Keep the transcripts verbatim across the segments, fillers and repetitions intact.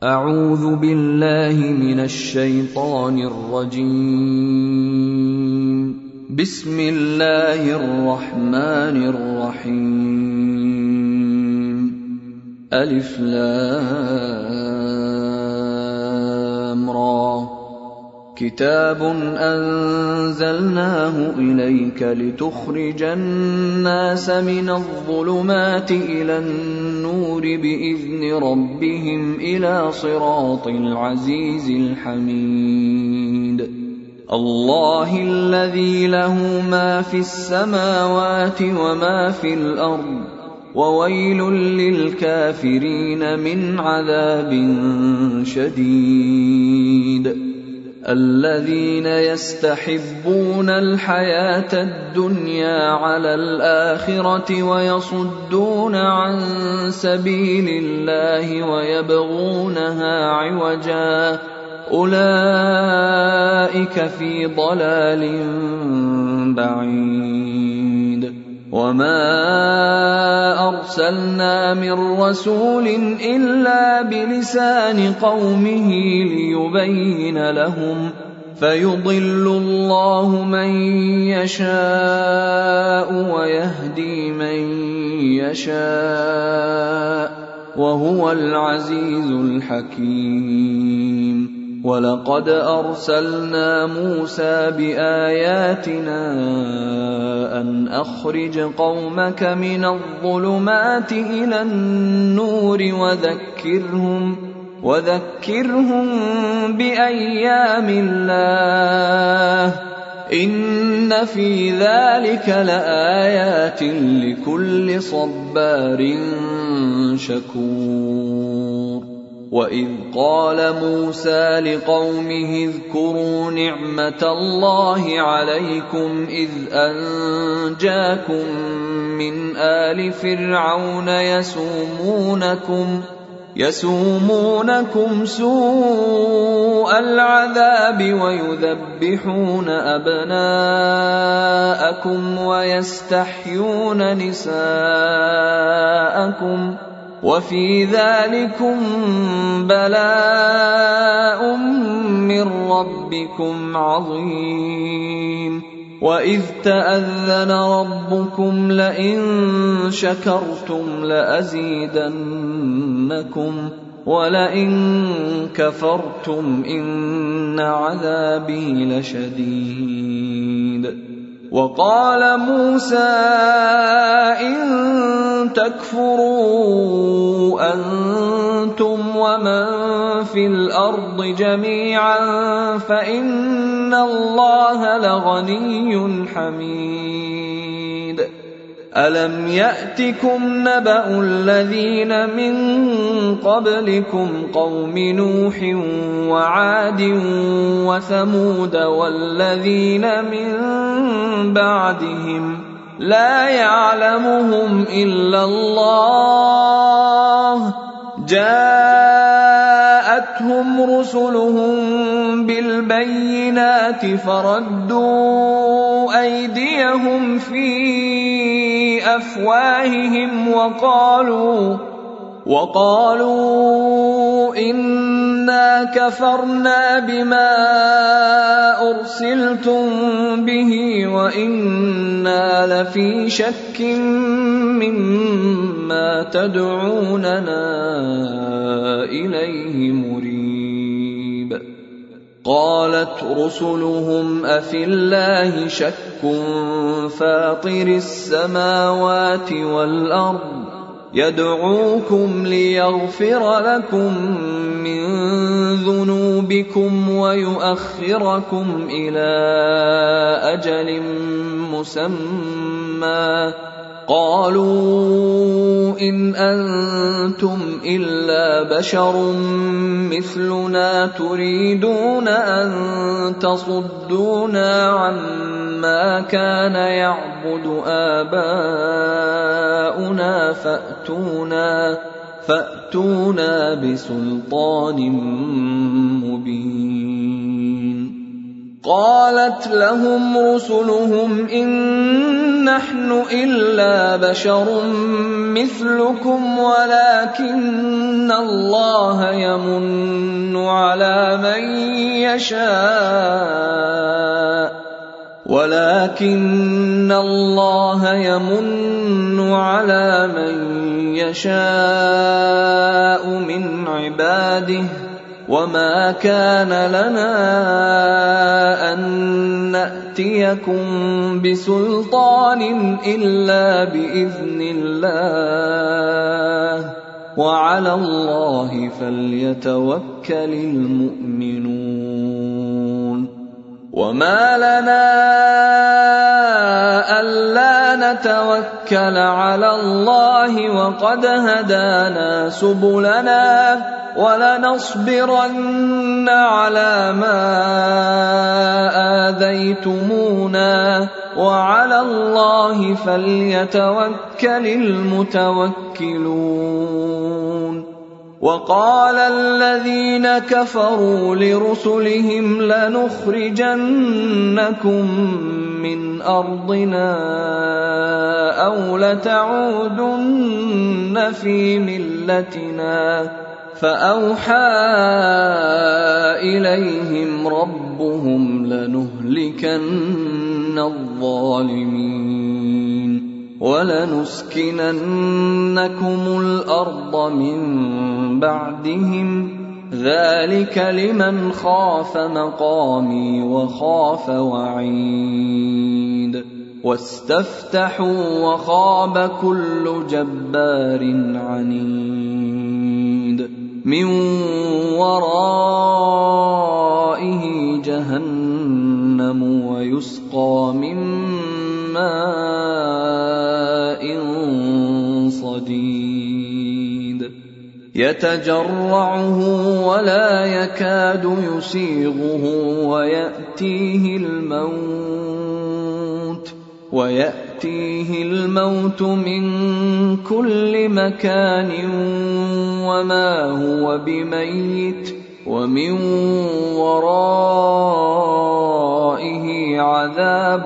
أعوذ بالله من الشيطان الرجيم. بسم الله الرحمن الرحيم. ألف لام را. كتاب أنزلناه إليك لتخرج الناس من الظلمات إلى النور بإذن ربهم إلى صراط العزيز الحميد. الله الذي له ما في السماوات وما في الأرض، وويل للكافرين من عذاب شديد. الذين يستحبون الحياة الدنيا على الآخرة ويصدون عن سبيل الله ويبغونها عوجا، أولئك في ضلال بعيد. وما أرسلنا من رسول إلا بلسان قومه ليبين لهم، فيضل الله من يشاء ويهدي من يشاء، وهو العزيز الحكيم. ولقد أرسلنا موسى بآياتنا أن أخرج قومك من الظلمات إلى النور وذكرهم, وذكرهم بأيام الله، إن في ذلك لآيات لكل صبار شكور. وإذ قال موسى لقومه اذكروا نعمة الله عليكم إذ أنجاكم من آل فرعون يسومونكم يسومونكم سوء العذاب ويذبحون أبناءكم ويستحيون نساءكم، وفي ذلكم بلاء من ربكم عظيم. وإذ تأذن ربكم لئن شكرتم لأزيدنكم ولئن كفرتم إن عذابي لشديد. وقال موسى إن تكفروا أنتم ومن في الأرض جميعا فإن الله لغني حميد. ألم يأتكم نبأ الذين من قبلكم قوم نوح وعاد وثمود والذين من بعدهم لا يعلمهم إلا الله، جاءتهم رسلهم بالبينات فردوا أيديهم في أفواههم وقالوا وقالوا إنا كفرنا بما أرسلتم به وإنا لفي شك مما تدعوننا إليه مريب. قالت رسلهم أفي الله شك فاطر السماوات والأرض يدعوكم ليغفر لكم من ذنوبكم ويؤخركم إلى أجل مسمى، قالوا إن أنتم إلا بشر مثلنا تريدون أن تصدونا عما كان يعبد آباؤنا فأتونا, فأتونا بسلطان مبين. قالت لهم رسلهم إن نحن إلا بشر مثلكم ولكن الله يمن على من يشاء ولكن الله يمن على من يشاء من عباده وما كان لنا أن نأتيكم بسلطان إلا بإذن الله وعلى الله فليتوكل المؤمنون وما لنا ألا نتوكل على الله وقد هدانا سبلنا ولنصبرن على ما آذيتمونا وعلى الله فليتوكل المتوكلون وقال الذين كفروا لرسلهم لنخرجنكم من أرضنا أو لتعودن في ملتنا فأوحى إليهم ربهم لنهلكن الظالمين ولنسكننكم الأرض من بعدهم ذلك لمن خاف مقامي وخاف وعيد واستفتحوا وخاب كل جبار عنيد من ورائه جهنم ويسقى من ماء صديد يتجرعه ولا يكاد يسيغه ويأتيه الموت ويأتيه الموت من كل مكان وما هو بميت ومن ورائه عذاب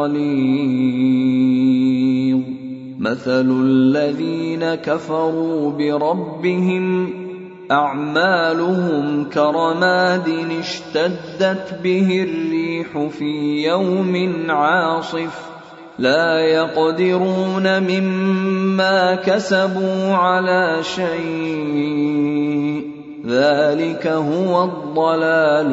غليظ مثل الذين كفروا بربهم أعمالهم كرماد اشتدت به الريح في يوم عاصف لا يقدرون مما كسبوا على شيء ذلك هو الضلال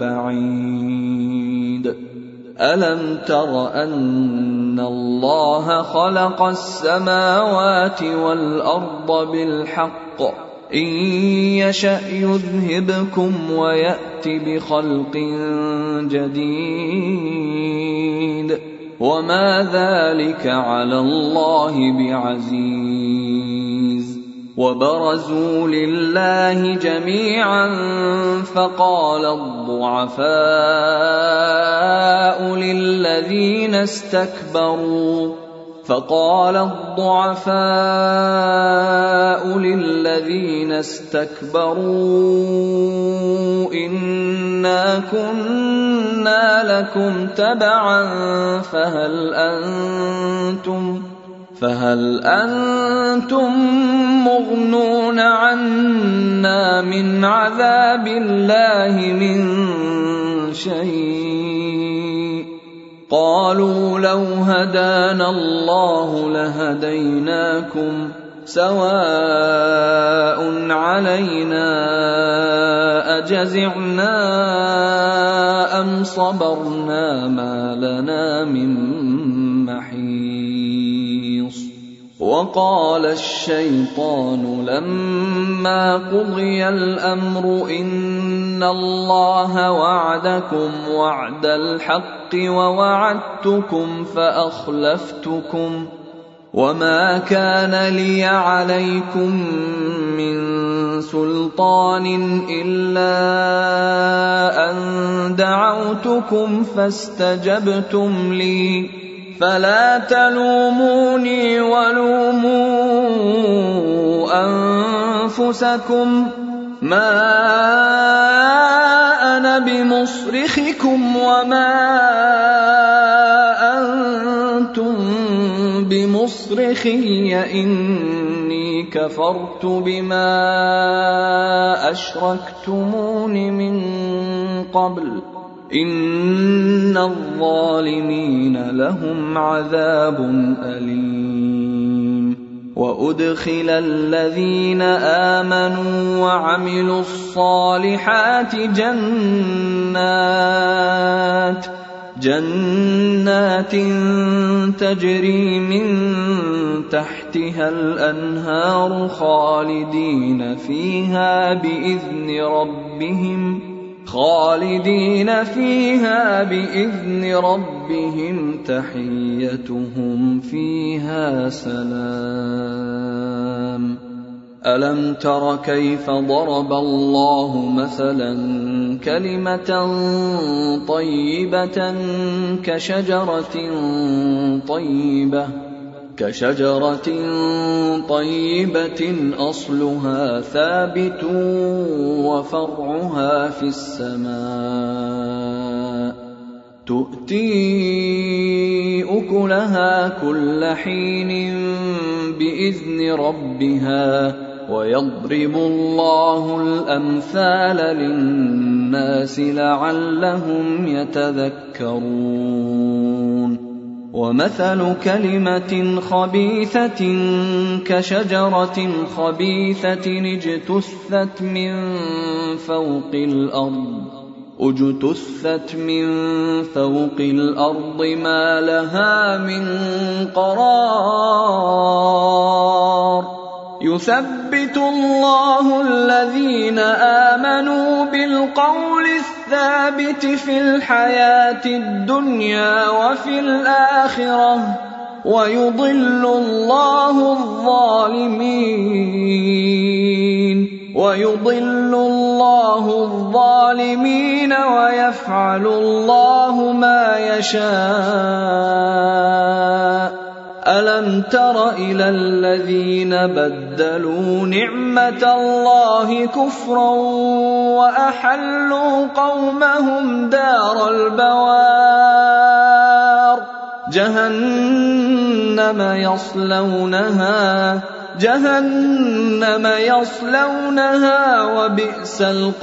البعيد ألم تر أن الله خلق السماوات والأرض بالحق إن يشأ يذهبكم ويأت بخلق جديد وما ذلك على الله بعزيز وبرزوا لله جميعا فقال الضعفاء للذين استكبروا فقال الضعفاء للذين استكبروا إنا كنا لكم تبعا فهل أنتم فهل أنتم مغنون عنا من عذاب الله من شيء قالوا لو هدانا الله لهديناكم سواء علينا أجزعنا أم صبرنا ما لنا من محيص وقال الشيطان لما قضي الأمر إن الله وعدكم وعد الحق ووعدتكم فأخلفتكم وما كان لي عليكم من سلطان إلا أن دعوتكم فاستجبتم لي فلا تلوموني ولوموا أنفسكم ما أنا بمصرخكم وما أنتم بمصرخي إني كفرت بما أشركتمون من قبل إن الظالمين لهم عذاب أليم. وأدخل الذين آمنوا وعملوا الصالحات جنات جنات تجري من تحتها الأنهار خالدين فيها بإذن ربهم خالدين فيها بإذن ربهم تحيتهم فيها سلام. ألم تر كيف ضرب الله مثلا كلمة طيبة كشجرة طيبة كشجرة طيبة أصلها ثابت وفرعها في السماء تؤتي أكلها كل حين بإذن ربها ويضرب الله الأمثال للناس لعلهم يتذكرون. ومثل كلمة خبيثة كشجرة خبيثة اجتثت من فوق الأرض اجتثت من فوق الأرض ما لها من قرار. يثبت الله الذين آمنوا بالقول الثابت في الحياة الدنيا وفي الآخرة ويضل الله الظالمين ويضل الله الظالمين ويفعل الله ما يشاء. ألم تر إلى الذين بدلوا نعمة الله كفرا وأحلوا قومهم دار البوار جهنم يصلونها جهنم يصلونها وبئس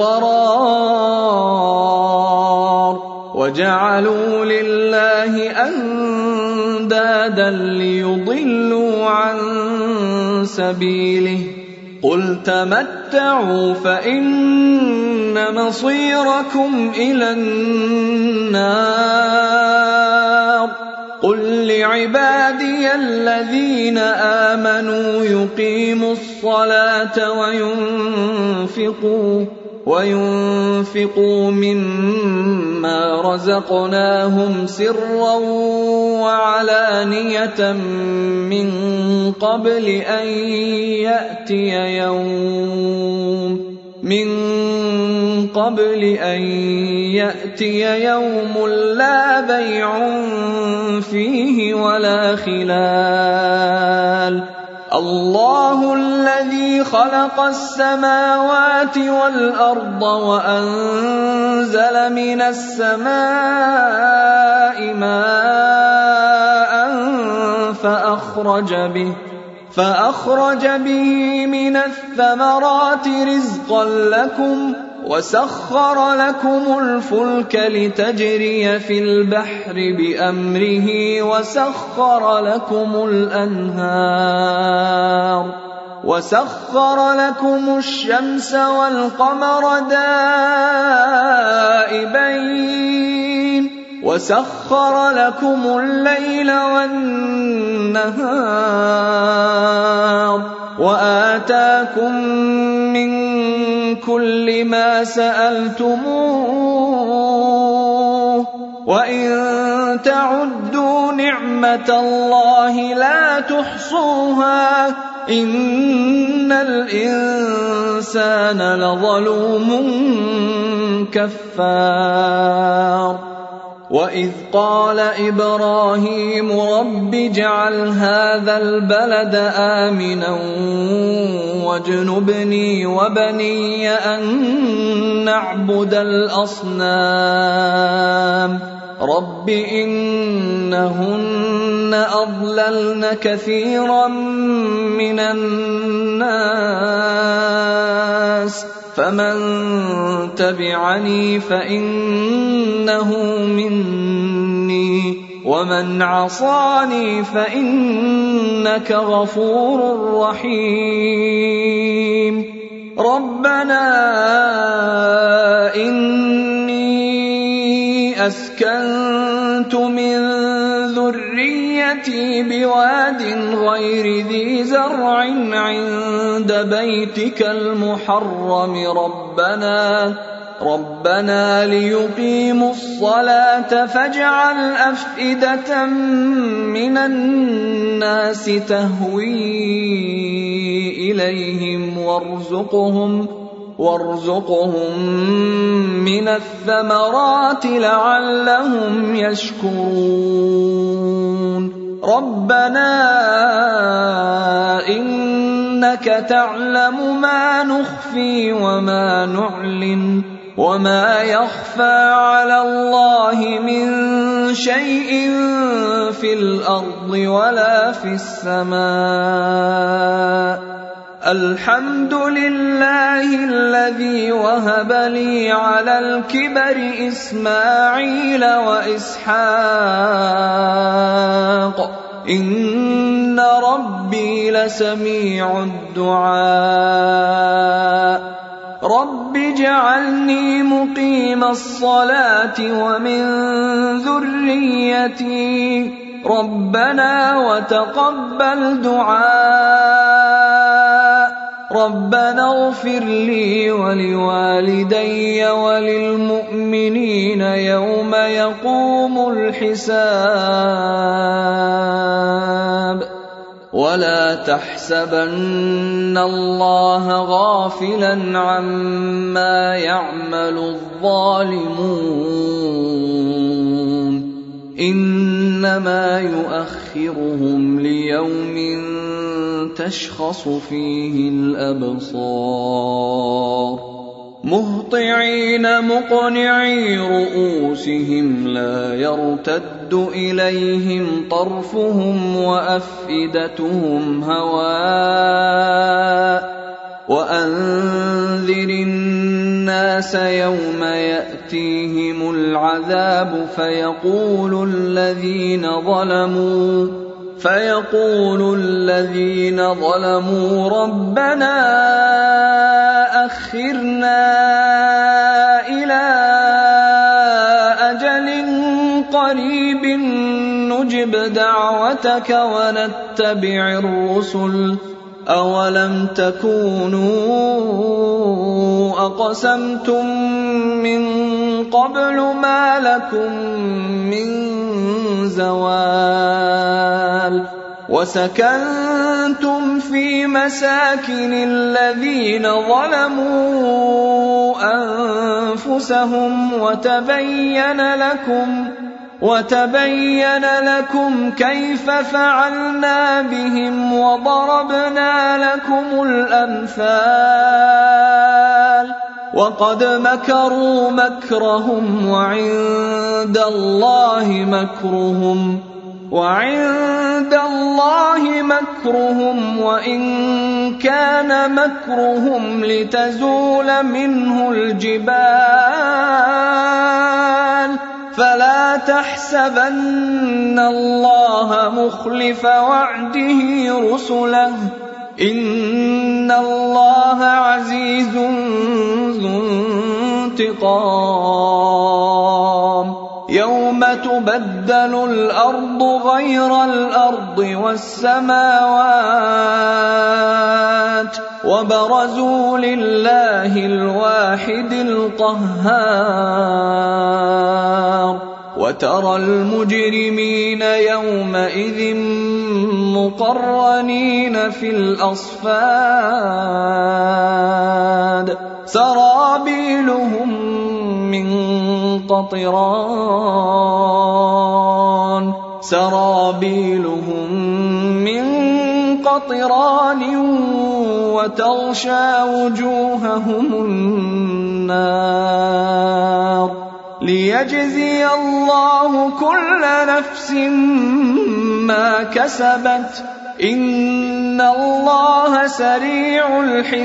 القرار. وجعلوا لله أندادا ليضلوا عن سبيله قل تمتعوا فإن مصيركم إلى النار. قل لعبادي الذين آمنوا يقيموا الصلاة وينفقوا وينفقوا مما رزقناهم سرا وعلانية من قبل أن يأتي يوم من قبل أن يأتي يوم لا بيع فيه ولا خلال. الله الذي خلق السماوات والأرض وأنزل من السماء ماء فأخرج به فأخرج به من الثمرات رزقا لكم وسخر لكم الفلك لتجري في البحر بأمره وسخر لكم الأنهار وسخر لكم الشمس والقمر دائبين وسخر لكم الليل والنهار وآتاكم من كل ما سألتموه وإن تعدوا نعمة الله لا تحصوها إن الإنسان لظلوم كفار. وإذ قال إبراهيم رب اجعل هذا البلد آمنا واجنبني وبني أن نعبد الأصنام رب إنهن أضللن كثيرا من الناس فمن تبعني فإنه مني ومن عصاني فإنك غفور رحيم ربنا إني أسكنت من ذريتي بواد غير ذي زرع عند بيتك المحرم ربنا ربنا ليقيموا الصلاة فاجعل أفئدة من الناس تهوي إليهم وارزقهم وارزقهم من الثمرات لعلهم يشكرون ربنا إنك تعلم ما نخفي وما نعلن وما يخفى على الله من شيء في الأرض ولا في السماء الحمد لله الذي وهب لي على الكبر إسماعيل وإسحاق إن ربي لسميع الدعاء رب اجعلني مقيم الصلاة ومن ذريتي ربنا وتقبل دعاء ربنا اغفر لي ولوالدي وللمؤمنين يوم يقوم الحساب ولا تحسبن الله غافلا عما يعمل الظالمون إنما يؤخرهم ليوم تشخص فيه الأبصار مهطعين مقنعي رؤوسهم لا يرتد إليهم طرفهم وأفئدتهم هواء وأنذر الناس يوم يأتيهم العذاب فيقول الذين ظلموا فيقول الذين ظلموا ربنا أخرنا إلى أجل قريب نجب دعوتك ونتبع الرسل أولم تكونوا أقسمتم من قبل ما لكم من زوال وسكنتم في مساكن الذين ظلموا أنفسهم وتبين لكم وتبين لكم كيف فعلنا بهم وضربنا لكم الأمثال وقد مكروا مكرهم وعند الله مكرهم وعند الله مكرهم وإن كان مكرهم لتزول منه الجبال فلا تحسبن الله مخلف وعده رسله إن الله عزيز ذو انتقام يوم تبدل الأرض غير الأرض والسماوات وبرزوا لله الواحد القهار وترى المجرمين يومئذ مقرنين في الأصفاد سرابيلهم من قطران سرابيلهم من قطران وتغشى وجوههم النار ليجزي الله كل نفس ما كسبت إن الله سريع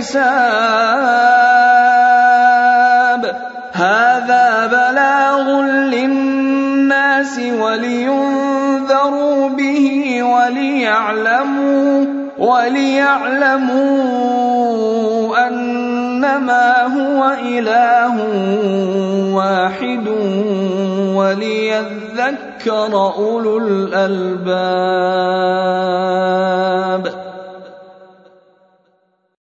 الحساب هذا بلاغ للناس ولينذروا به وليعلموا وليعلموا أنما هو إله واحد وليذكر أولو الألباب.